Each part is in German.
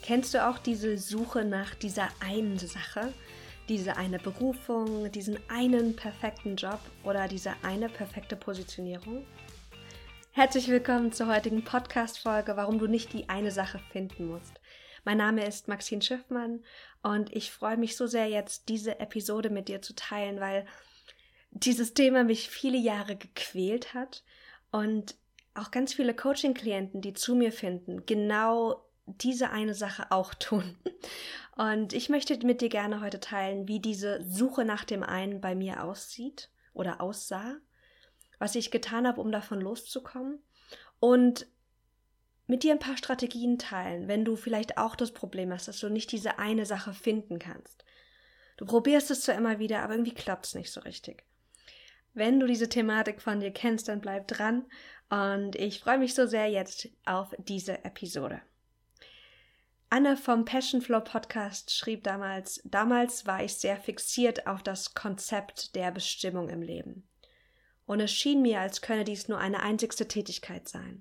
Kennst du auch diese Suche nach dieser einen Sache, diese eine Berufung, diesen einen perfekten Job oder diese eine perfekte Positionierung? Herzlich willkommen zur heutigen Podcast-Folge, warum du nicht die eine Sache finden musst. Mein Name ist Maxine Schiffmann und ich freue mich so sehr, jetzt diese Episode mit dir zu teilen, weil dieses Thema mich viele Jahre gequält hat und auch ganz viele Coaching-Klienten, die zu mir finden, genau diese eine Sache auch tun. Und ich möchte mit dir gerne heute teilen, wie diese Suche nach dem einen bei mir aussieht oder aussah, was ich getan habe, um davon loszukommen und mit dir ein paar Strategien teilen, wenn du vielleicht auch das Problem hast, dass du nicht diese eine Sache finden kannst. Du probierst es zwar immer wieder, aber irgendwie klappt es nicht so richtig. Wenn du diese Thematik von dir kennst, dann bleib dran und ich freue mich so sehr jetzt auf diese Episode. Anne vom Passion Flow Podcast schrieb damals war ich sehr fixiert auf das Konzept der Bestimmung im Leben. Und es schien mir, als könne dies nur eine einzigste Tätigkeit sein.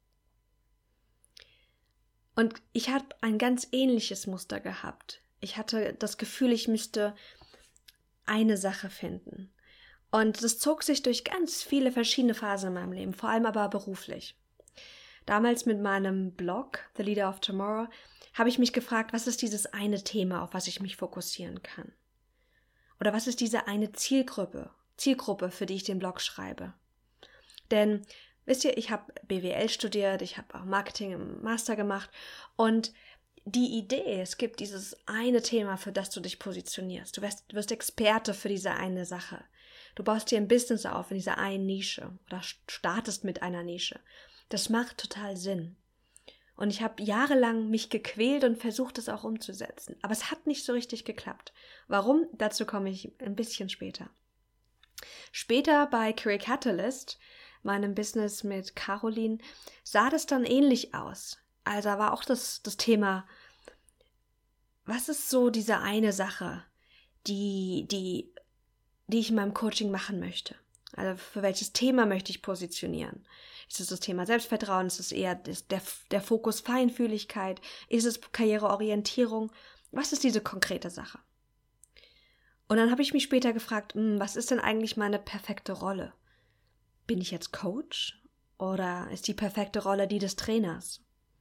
Und ich habe ein ganz ähnliches Muster gehabt. Ich hatte das Gefühl, ich müsste eine Sache finden. Und das zog sich durch ganz viele verschiedene Phasen in meinem Leben, vor allem aber beruflich. Damals mit meinem Blog, The Leader of Tomorrow, habe ich mich gefragt, was ist dieses eine Thema, auf was ich mich fokussieren kann? Oder was ist diese eine Zielgruppe, für die ich den Blog schreibe? Denn, wisst ihr, ich habe BWL studiert, ich habe auch Marketing im Master gemacht und die Idee, es gibt dieses eine Thema, für das du dich positionierst. Du wirst Experte für diese eine Sache. Du baust dir ein Business auf in dieser einen Nische oder startest mit einer Nische. Das macht total Sinn. Und ich habe jahrelang mich gequält und versucht, es auch umzusetzen. Aber es hat nicht so richtig geklappt. Warum? Dazu komme ich ein bisschen später. Später bei Career Catalyst, meinem Business mit Caroline, sah das dann ähnlich aus. Also war auch das Thema, was ist so diese eine Sache, die ich in meinem Coaching machen möchte? Also für welches Thema möchte ich positionieren? Ist es das Thema Selbstvertrauen? Ist es eher der Fokus Feinfühligkeit? Ist es Karriereorientierung? Was ist diese konkrete Sache? Und dann habe ich mich später gefragt, was ist denn eigentlich meine perfekte Rolle? Bin ich jetzt Coach? Oder ist die perfekte Rolle die des Trainers?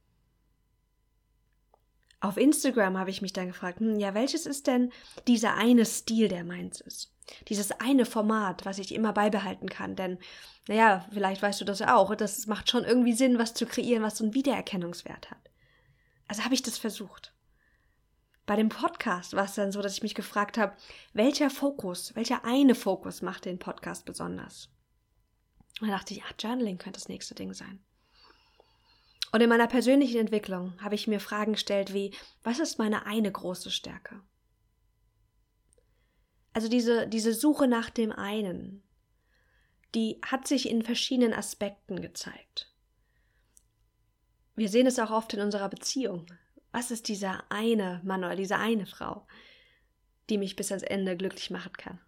Auf Instagram habe ich mich dann gefragt, welches ist denn dieser eine Stil, der meins ist? Dieses eine Format, was ich immer beibehalten kann, denn, vielleicht weißt du das auch, das macht schon irgendwie Sinn, was zu kreieren, was so einen Wiedererkennungswert hat. Also habe ich das versucht. Bei dem Podcast war es dann so, dass ich mich gefragt habe, welcher eine Fokus macht den Podcast besonders? Und da dachte ich, Journaling könnte das nächste Ding sein. Und in meiner persönlichen Entwicklung habe ich mir Fragen gestellt wie, was ist meine eine große Stärke? Also diese Suche nach dem einen, die hat sich in verschiedenen Aspekten gezeigt. Wir sehen es auch oft in unserer Beziehung. Was ist dieser eine Mann oder diese eine Frau, die mich bis ans Ende glücklich machen kann?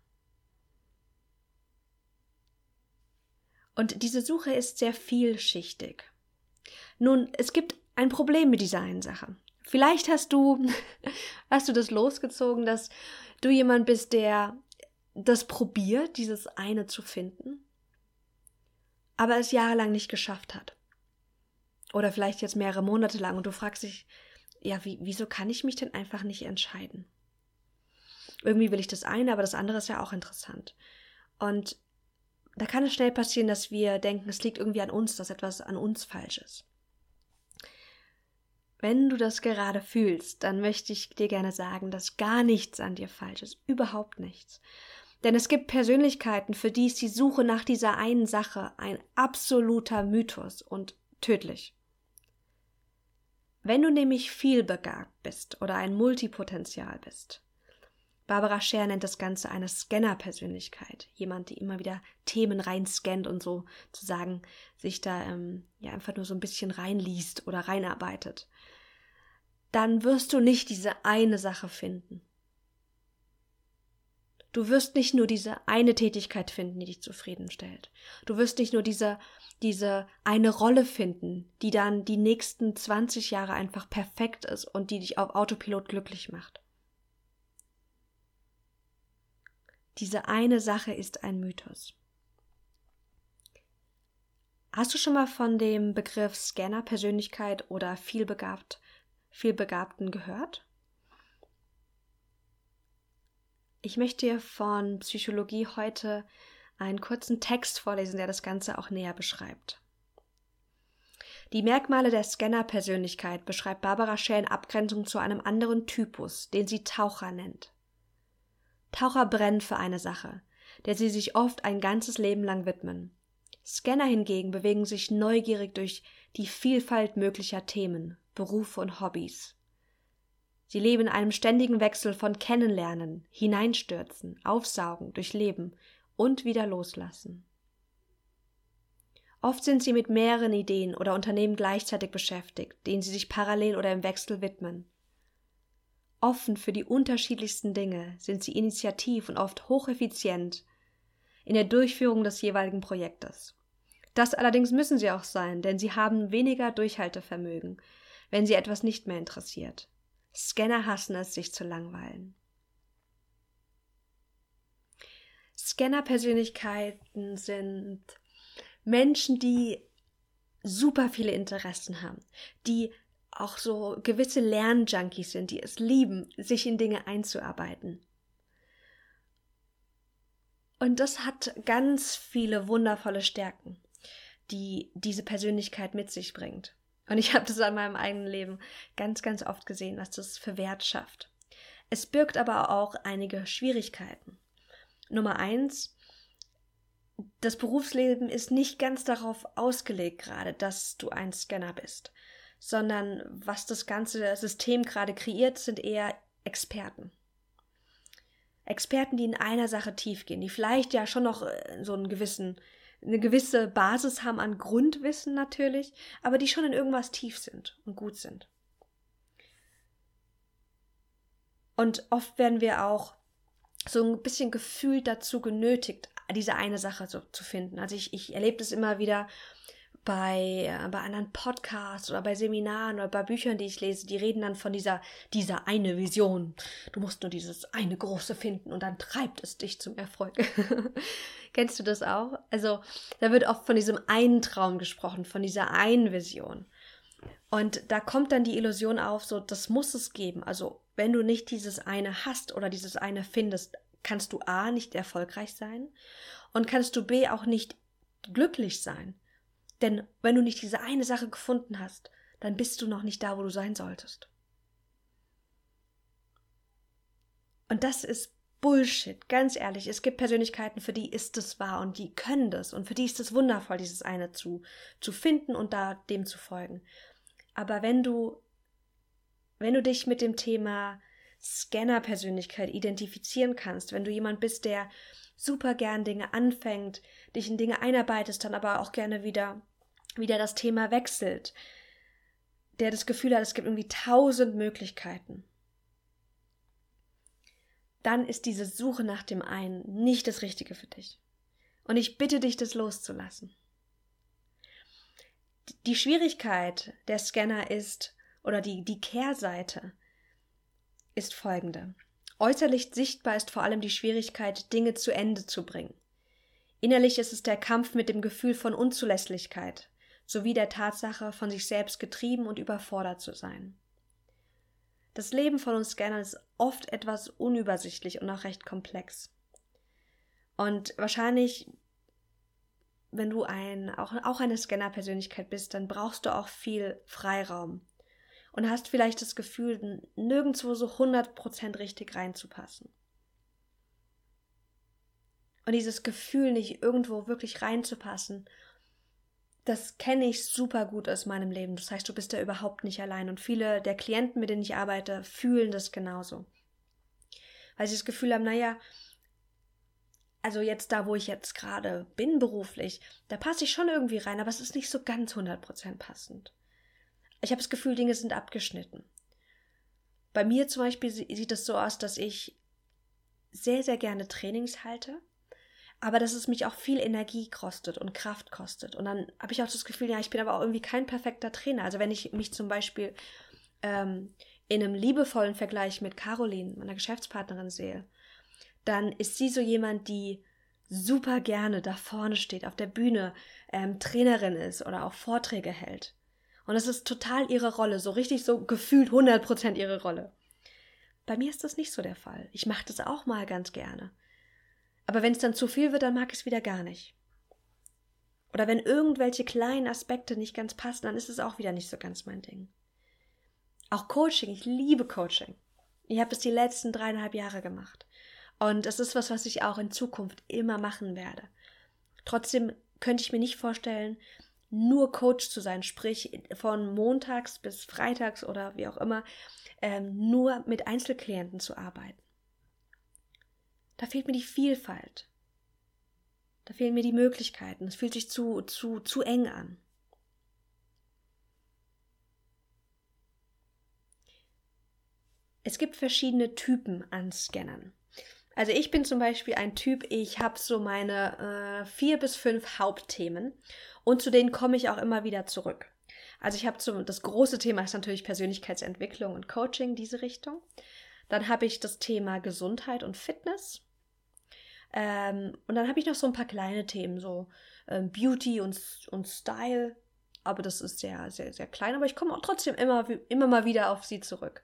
Und diese Suche ist sehr vielschichtig. Nun, es gibt ein Problem mit dieser einen Sache. Vielleicht hast du das losgezogen, dass du jemand bist, der das probiert, dieses eine zu finden, aber es jahrelang nicht geschafft hat. Oder vielleicht jetzt mehrere Monate lang und du fragst dich, wieso kann ich mich denn einfach nicht entscheiden? Irgendwie will ich das eine, aber das andere ist ja auch interessant. Und da kann es schnell passieren, dass wir denken, es liegt irgendwie an uns, dass etwas an uns falsch ist. Wenn du das gerade fühlst, dann möchte ich dir gerne sagen, dass gar nichts an dir falsch ist, überhaupt nichts. Denn es gibt Persönlichkeiten, für die ist die Suche nach dieser einen Sache ein absoluter Mythos und tödlich. Wenn du nämlich vielbegabt bist oder ein Multipotenzial bist, Barbara Scher nennt das Ganze eine Scanner-Persönlichkeit, jemand, die immer wieder Themen reinscannt und so sozusagen sich da einfach nur so ein bisschen reinliest oder reinarbeitet, dann wirst du nicht diese eine Sache finden. Du wirst nicht nur diese eine Tätigkeit finden, die dich zufriedenstellt. Du wirst nicht nur diese eine Rolle finden, die dann die nächsten 20 Jahre einfach perfekt ist und die dich auf Autopilot glücklich macht. Diese eine Sache ist ein Mythos. Hast du schon mal von dem Begriff Scanner-Persönlichkeit oder Vielbegabten gehört? Ich möchte dir von Psychologie heute einen kurzen Text vorlesen, der das Ganze auch näher beschreibt. Die Merkmale der Scanner-Persönlichkeit beschreibt Barbara Scher in Abgrenzung zu einem anderen Typus, den sie Taucher nennt. Taucher brennen für eine Sache, der sie sich oft ein ganzes Leben lang widmen. Scanner hingegen bewegen sich neugierig durch die Vielfalt möglicher Themen, Berufe und Hobbys. Sie leben in einem ständigen Wechsel von Kennenlernen, Hineinstürzen, Aufsaugen, Durchleben und wieder loslassen. Oft sind sie mit mehreren Ideen oder Unternehmen gleichzeitig beschäftigt, denen sie sich parallel oder im Wechsel widmen. Offen für die unterschiedlichsten Dinge sind sie initiativ und oft hocheffizient in der Durchführung des jeweiligen Projektes. Das allerdings müssen sie auch sein, denn sie haben weniger Durchhaltevermögen, wenn sie etwas nicht mehr interessiert. Scanner hassen es, sich zu langweilen. Scanner-Persönlichkeiten sind Menschen, die super viele Interessen haben, die auch so gewisse Lernjunkies sind, die es lieben, sich in Dinge einzuarbeiten. Und das hat ganz viele wundervolle Stärken, die diese Persönlichkeit mit sich bringt. Und ich habe das an meinem eigenen Leben ganz, ganz oft gesehen, was das für Wert schafft. Es birgt aber auch einige Schwierigkeiten. Nummer 1, das Berufsleben ist nicht ganz darauf ausgelegt gerade, dass du ein Scanner bist, sondern was das ganze System gerade kreiert, sind eher Experten. Experten, die in einer Sache tief gehen, die vielleicht ja schon noch so eine gewisse Basis haben an Grundwissen natürlich, aber die schon in irgendwas tief sind und gut sind. Und oft werden wir auch so ein bisschen gefühlt dazu genötigt, diese eine Sache so zu finden. Also ich erlebe das immer wieder bei anderen Podcasts oder bei Seminaren oder bei Büchern, die ich lese, die reden dann von dieser eine Vision. Du musst nur dieses eine Große finden und dann treibt es dich zum Erfolg. Kennst du das auch? Also da wird oft von diesem einen Traum gesprochen, von dieser einen Vision. Und da kommt dann die Illusion auf, so das muss es geben. Also wenn du nicht dieses eine hast oder dieses eine findest, kannst du A, nicht erfolgreich sein und kannst du B, auch nicht glücklich sein. Denn wenn du nicht diese eine Sache gefunden hast, dann bist du noch nicht da, wo du sein solltest. Und das ist Bullshit, ganz ehrlich. Es gibt Persönlichkeiten, für die ist es wahr und die können das und für die ist es wundervoll, dieses eine zu finden und da dem zu folgen. Aber wenn du dich mit dem Thema Scanner-Persönlichkeit identifizieren kannst, wenn du jemand bist, der super gern Dinge anfängt, dich in Dinge einarbeitest, dann aber auch gerne wieder das Thema wechselt, der das Gefühl hat, es gibt irgendwie 1000 Möglichkeiten, dann ist diese Suche nach dem einen nicht das Richtige für dich. Und ich bitte dich, das loszulassen. Die Schwierigkeit der Scanner ist, oder die Kehrseite ist folgende. Äußerlich sichtbar ist vor allem die Schwierigkeit, Dinge zu Ende zu bringen. Innerlich ist es der Kampf mit dem Gefühl von Unzulässigkeit, sowie der Tatsache, von sich selbst getrieben und überfordert zu sein. Das Leben von uns Scannern ist oft etwas unübersichtlich und auch recht komplex. Und wahrscheinlich, wenn du auch eine Scanner-Persönlichkeit bist, dann brauchst du auch viel Freiraum und hast vielleicht das Gefühl, nirgendwo so 100% richtig reinzupassen. Und dieses Gefühl, nicht irgendwo wirklich reinzupassen, das kenne ich super gut aus meinem Leben. Das heißt, du bist da überhaupt nicht allein. Und viele der Klienten, mit denen ich arbeite, fühlen das genauso. Weil sie das Gefühl haben, also jetzt da, wo ich jetzt gerade bin beruflich, da passe ich schon irgendwie rein, aber es ist nicht so ganz 100% passend. Ich habe das Gefühl, Dinge sind abgeschnitten. Bei mir zum Beispiel sieht es so aus, dass ich sehr, sehr gerne Trainings halte, aber dass es mich auch viel Energie kostet und Kraft kostet. Und dann habe ich auch das Gefühl, ja, ich bin aber auch irgendwie kein perfekter Trainer. Also wenn ich mich zum Beispiel in einem liebevollen Vergleich mit Caroline, meiner Geschäftspartnerin, sehe, dann ist sie so jemand, die super gerne da vorne steht, auf der Bühne Trainerin ist oder auch Vorträge hält. Und das ist total ihre Rolle, so richtig so gefühlt 100% ihre Rolle. Bei mir ist das nicht so der Fall. Ich mache das auch mal ganz gerne. Aber wenn es dann zu viel wird, dann mag ich es wieder gar nicht. Oder wenn irgendwelche kleinen Aspekte nicht ganz passen, dann ist es auch wieder nicht so ganz mein Ding. Auch Coaching, ich liebe Coaching. Ich habe das die letzten 3,5 Jahre gemacht. Und es ist was ich auch in Zukunft immer machen werde. Trotzdem könnte ich mir nicht vorstellen, nur Coach zu sein, sprich von montags bis freitags oder wie auch immer, nur mit Einzelklienten zu arbeiten. Da fehlt mir die Vielfalt. Da fehlen mir die Möglichkeiten. Es fühlt sich zu eng an. Es gibt verschiedene Typen an Scannern. Also ich bin zum Beispiel ein Typ, ich habe so meine 4 bis 5 Hauptthemen und zu denen komme ich auch immer wieder zurück. Also ich habe das große Thema ist natürlich Persönlichkeitsentwicklung und Coaching, diese Richtung. Dann habe ich das Thema Gesundheit und Fitness. Und dann habe ich noch so ein paar kleine Themen, so Beauty und Style. Aber das ist sehr, sehr, sehr klein. Aber ich komme auch trotzdem immer mal wieder auf sie zurück.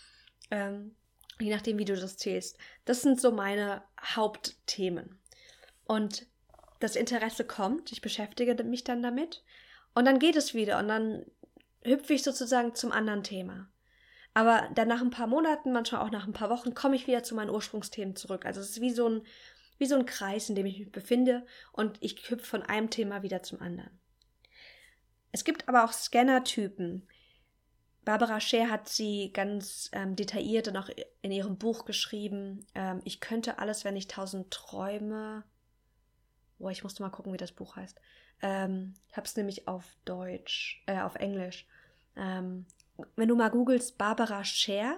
Je nachdem, wie du das zählst. Das sind so meine Hauptthemen. Und das Interesse kommt, ich beschäftige mich dann damit. Und dann geht es wieder und dann hüpfe ich sozusagen zum anderen Thema. Aber dann nach ein paar Monaten, manchmal auch nach ein paar Wochen, komme ich wieder zu meinen Ursprungsthemen zurück. Also es ist wie so ein Kreis, in dem ich mich befinde und ich hüpfe von einem Thema wieder zum anderen. Es gibt aber auch Scanner-Typen. Barbara Scher hat sie ganz detailliert und auch in ihrem Buch geschrieben. Ich könnte alles, wenn ich 1000 träume. Boah, ich musste mal gucken, wie das Buch heißt. Ich habe es nämlich auf Englisch. Wenn du mal googelst Barbara Scher,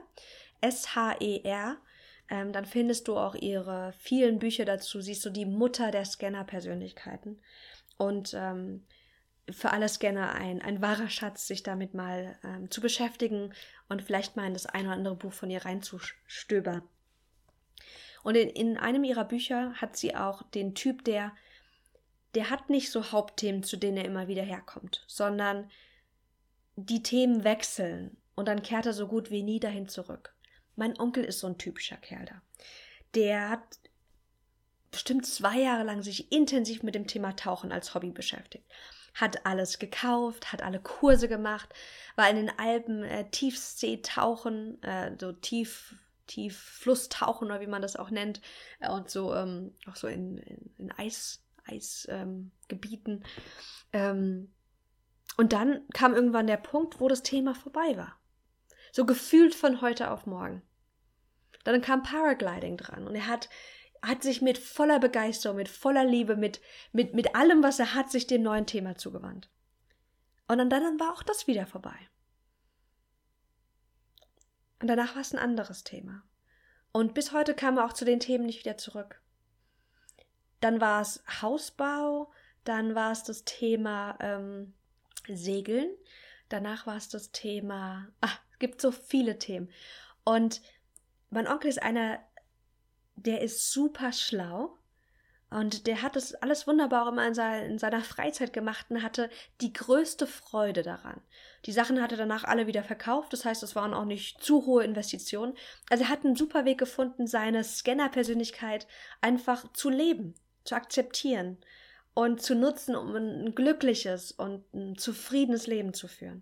Scher, dann findest du auch ihre vielen Bücher dazu. Siehst du die Mutter der Scanner-Persönlichkeiten. Und für alle Scanner ein wahrer Schatz, sich damit mal zu beschäftigen und vielleicht mal in das ein oder andere Buch von ihr reinzustöbern. Und in einem ihrer Bücher hat sie auch den Typ, der hat nicht so Hauptthemen, zu denen er immer wieder herkommt, sondern die Themen wechseln und dann kehrt er so gut wie nie dahin zurück. Mein Onkel ist so ein typischer Kerl da. Der hat bestimmt 2 Jahre lang sich intensiv mit dem Thema Tauchen als Hobby beschäftigt. Hat alles gekauft, hat alle Kurse gemacht, war in den Alpen Tiefseetauchen, so Tiefflusstauchen oder wie man das auch nennt, und so auch so in Eisgebieten. Und dann kam irgendwann der Punkt, wo das Thema vorbei war. So gefühlt von heute auf morgen. Dann kam Paragliding dran und er hat sich mit voller Begeisterung, mit voller Liebe, mit allem, was er hat, sich dem neuen Thema zugewandt. Und dann war auch das wieder vorbei. Und danach war es ein anderes Thema. Und bis heute kam er auch zu den Themen nicht wieder zurück. Dann war es Hausbau, dann war es das Thema Segeln, danach war es das Thema, es gibt so viele Themen. Und mein Onkel ist einer, der ist super schlau und der hat das alles wunderbar immer in seiner Freizeit gemacht und hatte die größte Freude daran. Die Sachen hat er danach alle wieder verkauft, das heißt, es waren auch nicht zu hohe Investitionen. Also er hat einen super Weg gefunden, seine Scanner-Persönlichkeit einfach zu leben, zu akzeptieren und zu nutzen, um ein glückliches und ein zufriedenes Leben zu führen.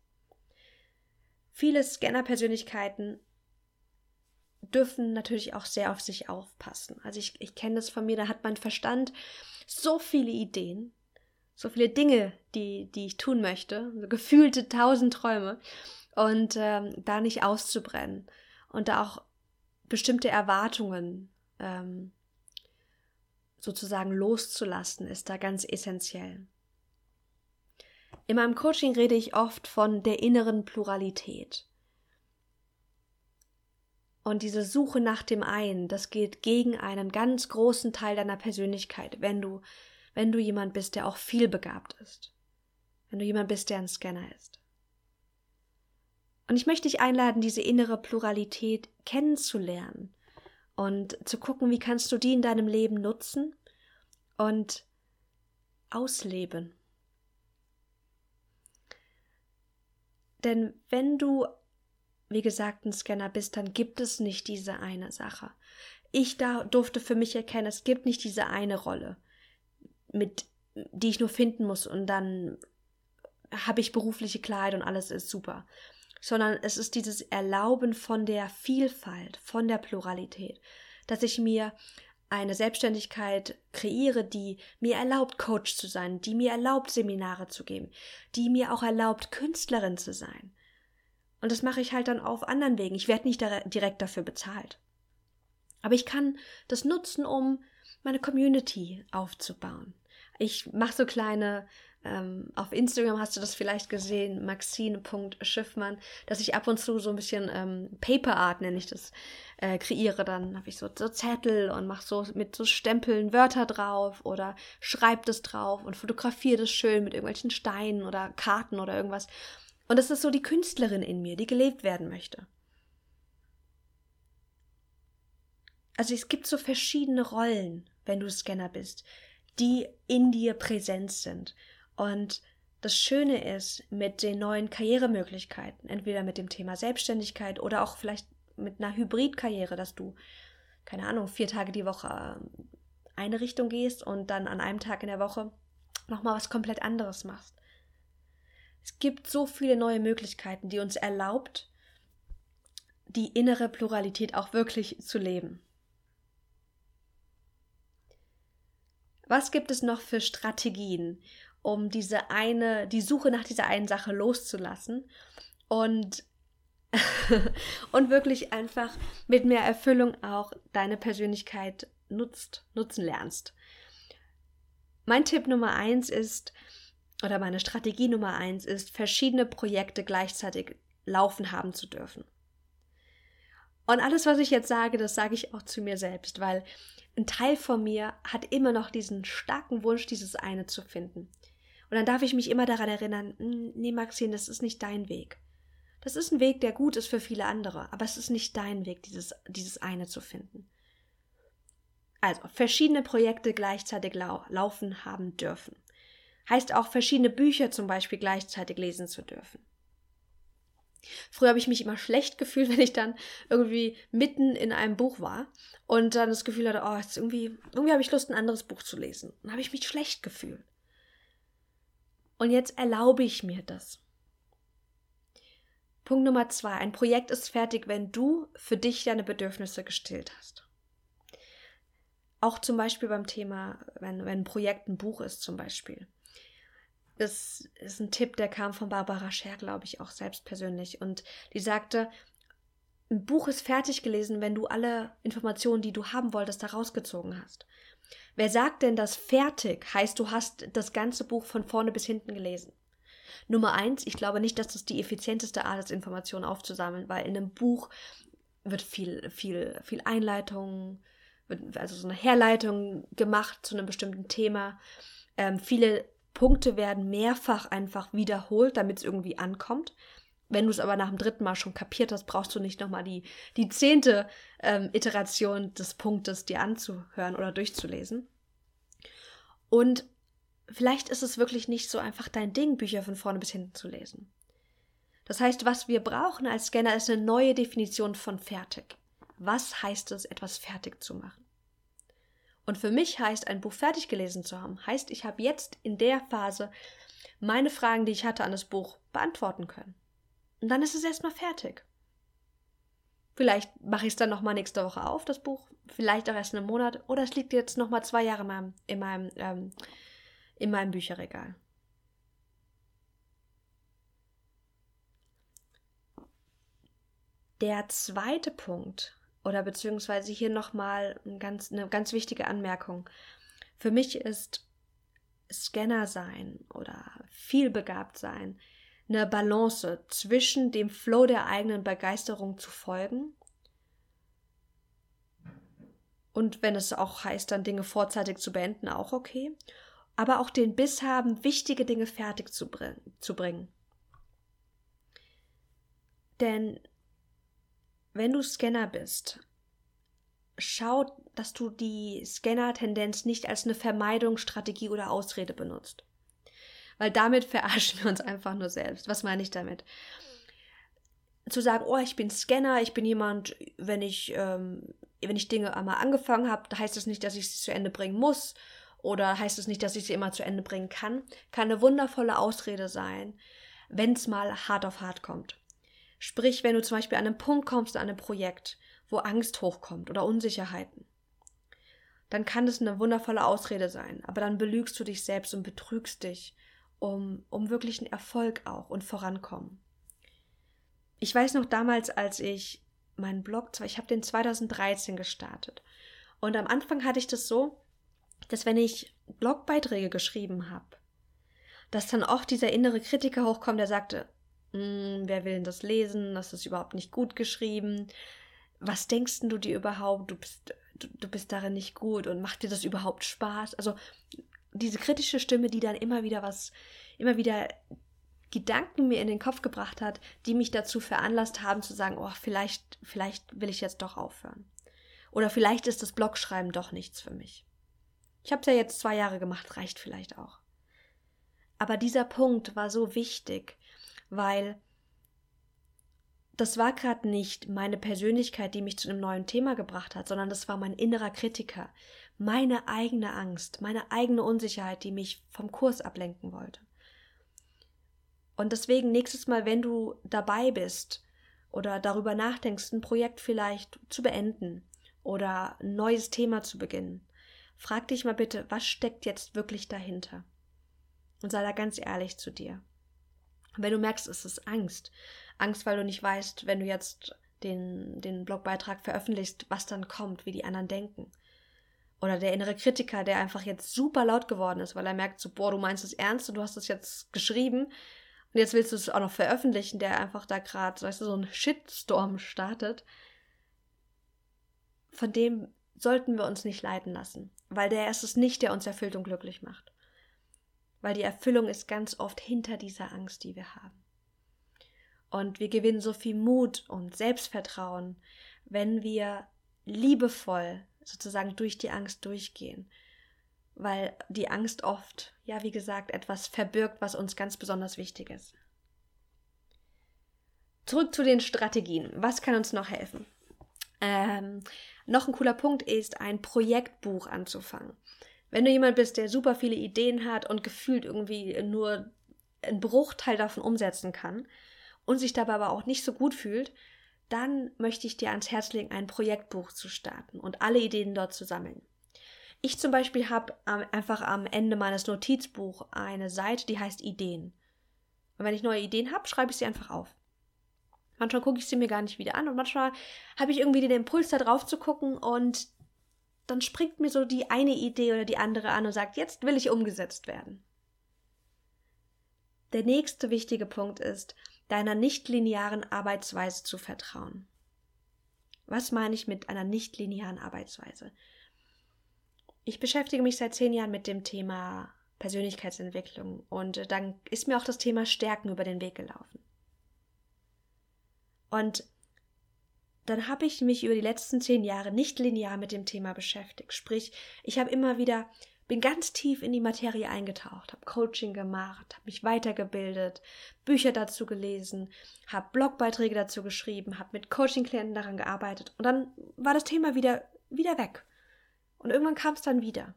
Viele Scanner-Persönlichkeiten dürfen natürlich auch sehr auf sich aufpassen. Also ich kenne das von mir, da hat mein Verstand so viele Ideen, so viele Dinge, die ich tun möchte, so gefühlte 1000 Träume und da nicht auszubrennen und da auch bestimmte Erwartungen sozusagen loszulassen, ist da ganz essentiell. In meinem Coaching rede ich oft von der inneren Pluralität. Und diese Suche nach dem einen, das geht gegen einen ganz großen Teil deiner Persönlichkeit, wenn du jemand bist, der auch vielbegabt ist. Wenn du jemand bist, der ein Scanner ist. Und ich möchte dich einladen, diese innere Pluralität kennenzulernen und zu gucken, wie kannst du die in deinem Leben nutzen und ausleben. Denn wenn du, wie gesagt, ein Scanner bist, dann gibt es nicht diese eine Sache. Ich durfte für mich erkennen, es gibt nicht diese eine Rolle, die ich nur finden muss und dann habe ich berufliche Klarheit und alles ist super. Sondern es ist dieses Erlauben von der Vielfalt, von der Pluralität, dass ich mir eine Selbstständigkeit kreiere, die mir erlaubt, Coach zu sein, die mir erlaubt, Seminare zu geben, die mir auch erlaubt, Künstlerin zu sein. Und das mache ich halt dann auf anderen Wegen. Ich werde nicht direkt dafür bezahlt. Aber ich kann das nutzen, um meine Community aufzubauen. Ich mache so kleine, auf Instagram hast du das vielleicht gesehen, maxine.schiffmann, dass ich ab und zu so ein bisschen Paper Art, nenne ich das, kreiere. Dann habe ich so Zettel und mache so mit so Stempeln Wörter drauf oder schreibe das drauf und fotografiere das schön mit irgendwelchen Steinen oder Karten oder irgendwas. Und das ist so die Künstlerin in mir, die gelebt werden möchte. Also es gibt so verschiedene Rollen, wenn du Scanner bist, die in dir präsent sind. Und das Schöne ist, mit den neuen Karrieremöglichkeiten, entweder mit dem Thema Selbstständigkeit oder auch vielleicht mit einer Hybridkarriere, dass du, keine Ahnung, 4 Tage die Woche eine Richtung gehst und dann an einem Tag in der Woche nochmal was komplett anderes machst. Es gibt so viele neue Möglichkeiten, die uns erlaubt, die innere Pluralität auch wirklich zu leben. Was gibt es noch für Strategien, um die Suche nach dieser einen Sache loszulassen und wirklich einfach mit mehr Erfüllung auch deine Persönlichkeit nutzen lernst? Mein Tipp Nummer 1 ist, oder meine Strategie Nummer 1 ist, verschiedene Projekte gleichzeitig laufen haben zu dürfen. Und alles, was ich jetzt sage, das sage ich auch zu mir selbst, weil ein Teil von mir hat immer noch diesen starken Wunsch, dieses eine zu finden. Und dann darf ich mich immer daran erinnern, nee Maxine, das ist nicht dein Weg. Das ist ein Weg, der gut ist für viele andere, aber es ist nicht dein Weg, dieses eine zu finden. Also, verschiedene Projekte gleichzeitig laufen haben dürfen. Heißt auch, verschiedene Bücher zum Beispiel gleichzeitig lesen zu dürfen. Früher habe ich mich immer schlecht gefühlt, wenn ich dann irgendwie mitten in einem Buch war und dann das Gefühl hatte, oh, jetzt irgendwie habe ich Lust, ein anderes Buch zu lesen. Dann habe ich mich schlecht gefühlt. Und jetzt erlaube ich mir das. Punkt Nummer 2. Ein Projekt ist fertig, wenn du für dich deine Bedürfnisse gestillt hast. Auch zum Beispiel beim Thema, wenn ein Projekt ein Buch ist zum Beispiel. Das ist ein Tipp, der kam von Barbara Scher, glaube ich, auch selbst persönlich. Und die sagte, ein Buch ist fertig gelesen, wenn du alle Informationen, die du haben wolltest, da rausgezogen hast. Wer sagt denn, dass fertig heißt, du hast das ganze Buch von vorne bis hinten gelesen? Nummer 1, ich glaube nicht, dass das die effizienteste Art ist, Informationen aufzusammeln, weil in einem Buch wird viel Einleitung, also so eine Herleitung gemacht zu einem bestimmten Thema. Viele Punkte werden mehrfach einfach wiederholt, damit es irgendwie ankommt. Wenn du es aber nach dem 3. Mal schon kapiert hast, brauchst du nicht nochmal die 10. Iteration des Punktes dir anzuhören oder durchzulesen. Und vielleicht ist es wirklich nicht so einfach dein Ding, Bücher von vorne bis hinten zu lesen. Das heißt, was wir brauchen als Scanner ist eine neue Definition von fertig. Was heißt es, etwas fertig zu machen? Und für mich heißt, ein Buch fertig gelesen zu haben, heißt, ich habe jetzt in der Phase meine Fragen, die ich hatte an das Buch, beantworten können. Und dann ist es erstmal fertig. Vielleicht mache ich es dann nochmal nächste Woche auf, das Buch, vielleicht auch erst in einem Monat, oder es liegt jetzt nochmal 2 Jahre in meinem Bücherregal. Der zweite Punkt, oder beziehungsweise hier nochmal eine ganz wichtige Anmerkung. Für mich ist Scanner sein oder vielbegabt sein eine Balance zwischen dem Flow der eigenen Begeisterung zu folgen Und wenn es auch heißt, dann Dinge vorzeitig zu beenden, auch okay. Aber auch den Biss haben, wichtige Dinge fertig zu bringen. Denn wenn du Scanner bist, schau, dass du die Scanner-Tendenz nicht als eine Vermeidungsstrategie oder Ausrede benutzt. Weil damit verarschen wir uns einfach nur selbst. Was meine ich damit? Zu sagen, oh, ich bin Scanner, ich bin jemand, wenn ich Dinge einmal angefangen habe, heißt das nicht, dass ich sie zu Ende bringen muss oder heißt es nicht, dass ich sie immer zu Ende bringen kann eine wundervolle Ausrede sein, wenn es mal hart auf hart kommt. Sprich, wenn du zum Beispiel an einen Punkt kommst, an einem Projekt, wo Angst hochkommt oder Unsicherheiten, dann kann das eine wundervolle Ausrede sein, aber dann belügst du dich selbst und betrügst dich um wirklichen Erfolg auch und Vorankommen. Ich weiß noch damals, als ich meinen Blog, ich habe den 2013 gestartet und am Anfang hatte ich das so, dass wenn ich Blogbeiträge geschrieben habe, dass dann oft dieser innere Kritiker hochkommt, der sagte, wer will denn das lesen, das ist überhaupt nicht gut geschrieben, was denkst du dir überhaupt, du bist darin nicht gut und macht dir das überhaupt Spaß? Also diese kritische Stimme, die dann immer wieder Gedanken mir in den Kopf gebracht hat, die mich dazu veranlasst haben zu sagen, oh, vielleicht will ich jetzt doch aufhören. Oder vielleicht ist das Blogschreiben doch nichts für mich. Ich habe es ja jetzt 2 Jahre gemacht, reicht vielleicht auch. Aber dieser Punkt war so wichtig, weil das war gerade nicht meine Persönlichkeit, die mich zu einem neuen Thema gebracht hat, sondern das war mein innerer Kritiker, meine eigene Angst, meine eigene Unsicherheit, die mich vom Kurs ablenken wollte. Und deswegen nächstes Mal, wenn du dabei bist oder darüber nachdenkst, ein Projekt vielleicht zu beenden oder ein neues Thema zu beginnen, frag dich mal bitte, was steckt jetzt wirklich dahinter? Und sei da ganz ehrlich zu dir. Und wenn du merkst, es ist Angst, weil du nicht weißt, wenn du jetzt den Blogbeitrag veröffentlichst, was dann kommt, wie die anderen denken. Oder der innere Kritiker, der einfach jetzt super laut geworden ist, weil er merkt so, boah, du meinst es ernst und du hast es jetzt geschrieben und jetzt willst du es auch noch veröffentlichen, der einfach da gerade, weißt du, so einen Shitstorm startet. Von dem sollten wir uns nicht leiten lassen, weil der ist es nicht, der uns erfüllt und glücklich macht. Weil die Erfüllung ist ganz oft hinter dieser Angst, die wir haben. Und wir gewinnen so viel Mut und Selbstvertrauen, wenn wir liebevoll sozusagen durch die Angst durchgehen. Weil die Angst oft, ja wie gesagt, etwas verbirgt, was uns ganz besonders wichtig ist. Zurück zu den Strategien. Was kann uns noch helfen? Noch ein cooler Punkt ist, ein Projektbuch anzufangen. Wenn du jemand bist, der super viele Ideen hat und gefühlt irgendwie nur einen Bruchteil davon umsetzen kann und sich dabei aber auch nicht so gut fühlt, dann möchte ich dir ans Herz legen, ein Projektbuch zu starten und alle Ideen dort zu sammeln. Ich zum Beispiel habe einfach am Ende meines Notizbuchs eine Seite, die heißt Ideen. Und wenn ich neue Ideen habe, schreibe ich sie einfach auf. Manchmal gucke ich sie mir gar nicht wieder an und manchmal habe ich irgendwie den Impuls, da drauf zu gucken und dann springt mir so die eine Idee oder die andere an und sagt, jetzt will ich umgesetzt werden. Der nächste wichtige Punkt ist, deiner nichtlinearen Arbeitsweise zu vertrauen. Was meine ich mit einer nichtlinearen Arbeitsweise? Ich beschäftige mich seit 10 Jahren mit dem Thema Persönlichkeitsentwicklung und dann ist mir auch das Thema Stärken über den Weg gelaufen. Und dann habe ich mich über die letzten 10 Jahre nicht linear mit dem Thema beschäftigt. Sprich, ich habe bin ganz tief in die Materie eingetaucht, habe Coaching gemacht, habe mich weitergebildet, Bücher dazu gelesen, habe Blogbeiträge dazu geschrieben, habe mit Coaching-Klienten daran gearbeitet und dann war das Thema wieder weg. Und irgendwann kam es dann wieder.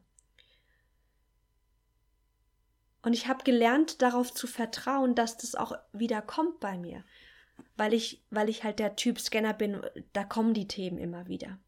Und ich habe gelernt, darauf zu vertrauen, dass das auch wieder kommt bei mir. Weil ich halt der Typ Scanner bin, da kommen die Themen immer wieder.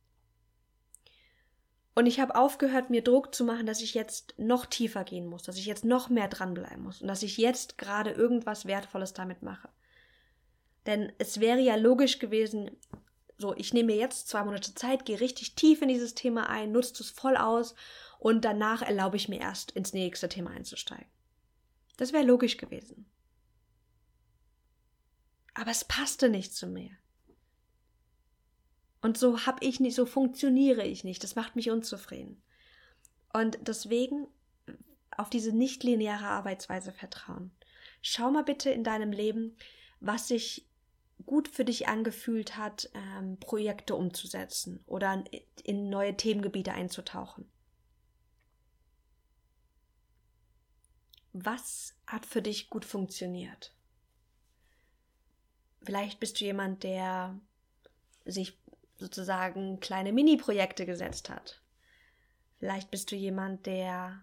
Und ich habe aufgehört, mir Druck zu machen, dass ich jetzt noch tiefer gehen muss, dass ich jetzt noch mehr dranbleiben muss und dass ich jetzt gerade irgendwas Wertvolles damit mache. Denn es wäre ja logisch gewesen, so, ich nehme mir jetzt 2 Monate Zeit, gehe richtig tief in dieses Thema ein, nutze es voll aus und danach erlaube ich mir erst, ins nächste Thema einzusteigen. Das wäre logisch gewesen. Aber es passte nicht zu mir. Und so so funktioniere ich nicht. Das macht mich unzufrieden. Und deswegen auf diese nicht-lineare Arbeitsweise vertrauen. Schau mal bitte in deinem Leben, was sich gut für dich angefühlt hat, Projekte umzusetzen oder in neue Themengebiete einzutauchen. Was hat für dich gut funktioniert? Vielleicht bist du jemand, der sich sozusagen kleine Mini-Projekte gesetzt hat. Vielleicht bist du jemand, der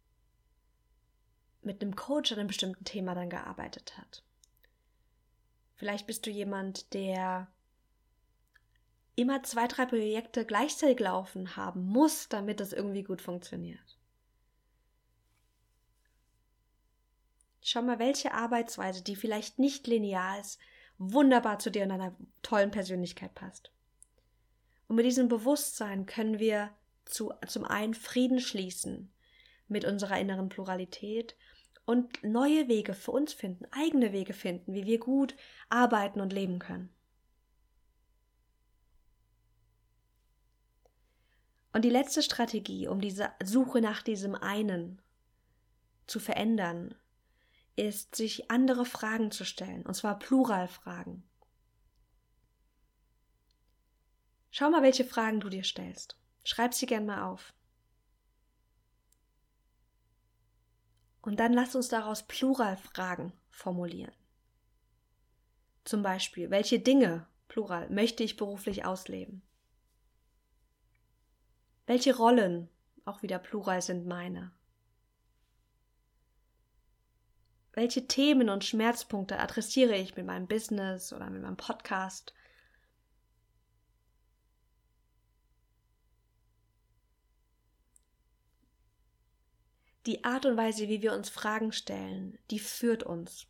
mit einem Coach an einem bestimmten Thema dann gearbeitet hat. Vielleicht bist du jemand, der immer 2, 3 Projekte gleichzeitig laufen haben muss, damit das irgendwie gut funktioniert. Schau mal, welche Arbeitsweise, die vielleicht nicht linear ist, wunderbar zu dir und deiner tollen Persönlichkeit passt. Und mit diesem Bewusstsein können wir zum einen Frieden schließen mit unserer inneren Pluralität und neue Wege für uns finden, eigene Wege finden, wie wir gut arbeiten und leben können. Und die letzte Strategie, um diese Suche nach diesem einen zu verändern, ist, sich andere Fragen zu stellen, und zwar Pluralfragen. Schau mal, welche Fragen du dir stellst. Schreib sie gern mal auf. Und dann lass uns daraus Pluralfragen formulieren. Zum Beispiel, welche Dinge, Plural, möchte ich beruflich ausleben? Welche Rollen, auch wieder Plural, sind meine? Welche Themen und Schmerzpunkte adressiere ich mit meinem Business oder mit meinem Podcast? Die Art und Weise, wie wir uns Fragen stellen, die führt uns.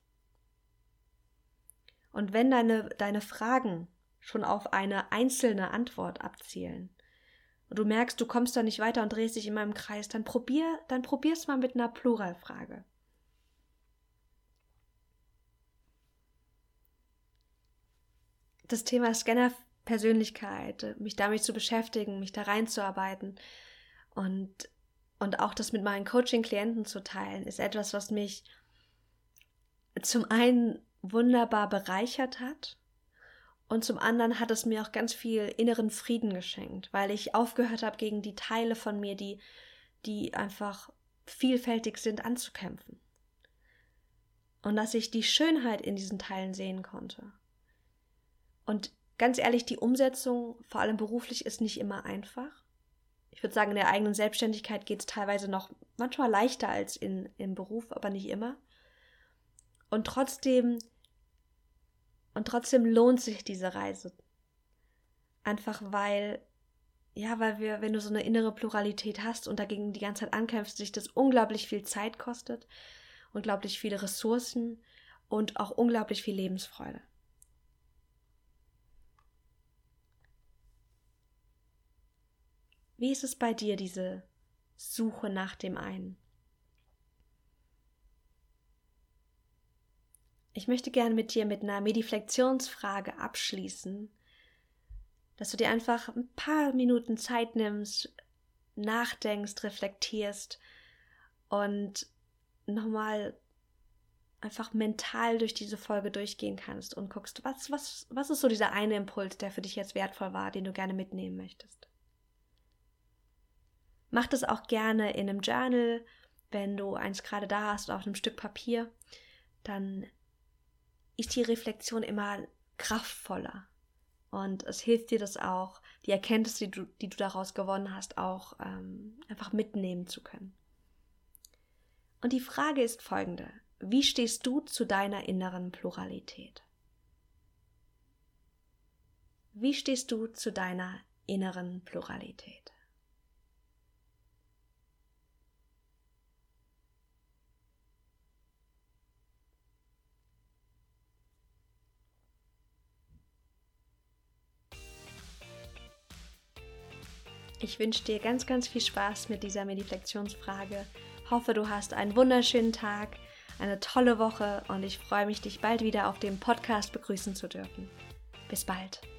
Und wenn deine Fragen schon auf eine einzelne Antwort abzielen und du merkst, du kommst da nicht weiter und drehst dich in meinem Kreis, dann probier's mal mit einer Pluralfrage. Das Thema Scanner-Persönlichkeit, mich damit zu beschäftigen, mich da reinzuarbeiten und auch das mit meinen Coaching-Klienten zu teilen, ist etwas, was mich zum einen wunderbar bereichert hat und zum anderen hat es mir auch ganz viel inneren Frieden geschenkt, weil ich aufgehört habe, gegen die Teile von mir, die einfach vielfältig sind, anzukämpfen. Und dass ich die Schönheit in diesen Teilen sehen konnte. Und ganz ehrlich, die Umsetzung, vor allem beruflich, ist nicht immer einfach. Ich würde sagen, in der eigenen Selbstständigkeit geht es teilweise noch manchmal leichter als im Beruf, aber nicht immer. Und trotzdem lohnt sich diese Reise. Einfach weil wenn du so eine innere Pluralität hast und dagegen die ganze Zeit ankämpfst, sich das unglaublich viel Zeit kostet, unglaublich viele Ressourcen und auch unglaublich viel Lebensfreude. Wie ist es bei dir, diese Suche nach dem einen? Ich möchte gerne mit dir mit einer Mediflexionsfrage abschließen, dass du dir einfach ein paar Minuten Zeit nimmst, nachdenkst, reflektierst und nochmal einfach mental durch diese Folge durchgehen kannst und guckst, was ist so dieser eine Impuls, der für dich jetzt wertvoll war, den du gerne mitnehmen möchtest. Mach das auch gerne in einem Journal, wenn du eins gerade da hast oder auf einem Stück Papier, dann ist die Reflexion immer kraftvoller und es hilft dir das auch, die Erkenntnisse, die du daraus gewonnen hast, auch einfach mitnehmen zu können. Und die Frage ist folgende: Wie stehst du zu deiner inneren Pluralität? Wie stehst du zu deiner inneren Pluralität? Ich wünsche dir ganz, ganz viel Spaß mit dieser Mediflexionsfrage. Hoffe, du hast einen wunderschönen Tag, eine tolle Woche und ich freue mich, dich bald wieder auf dem Podcast begrüßen zu dürfen. Bis bald.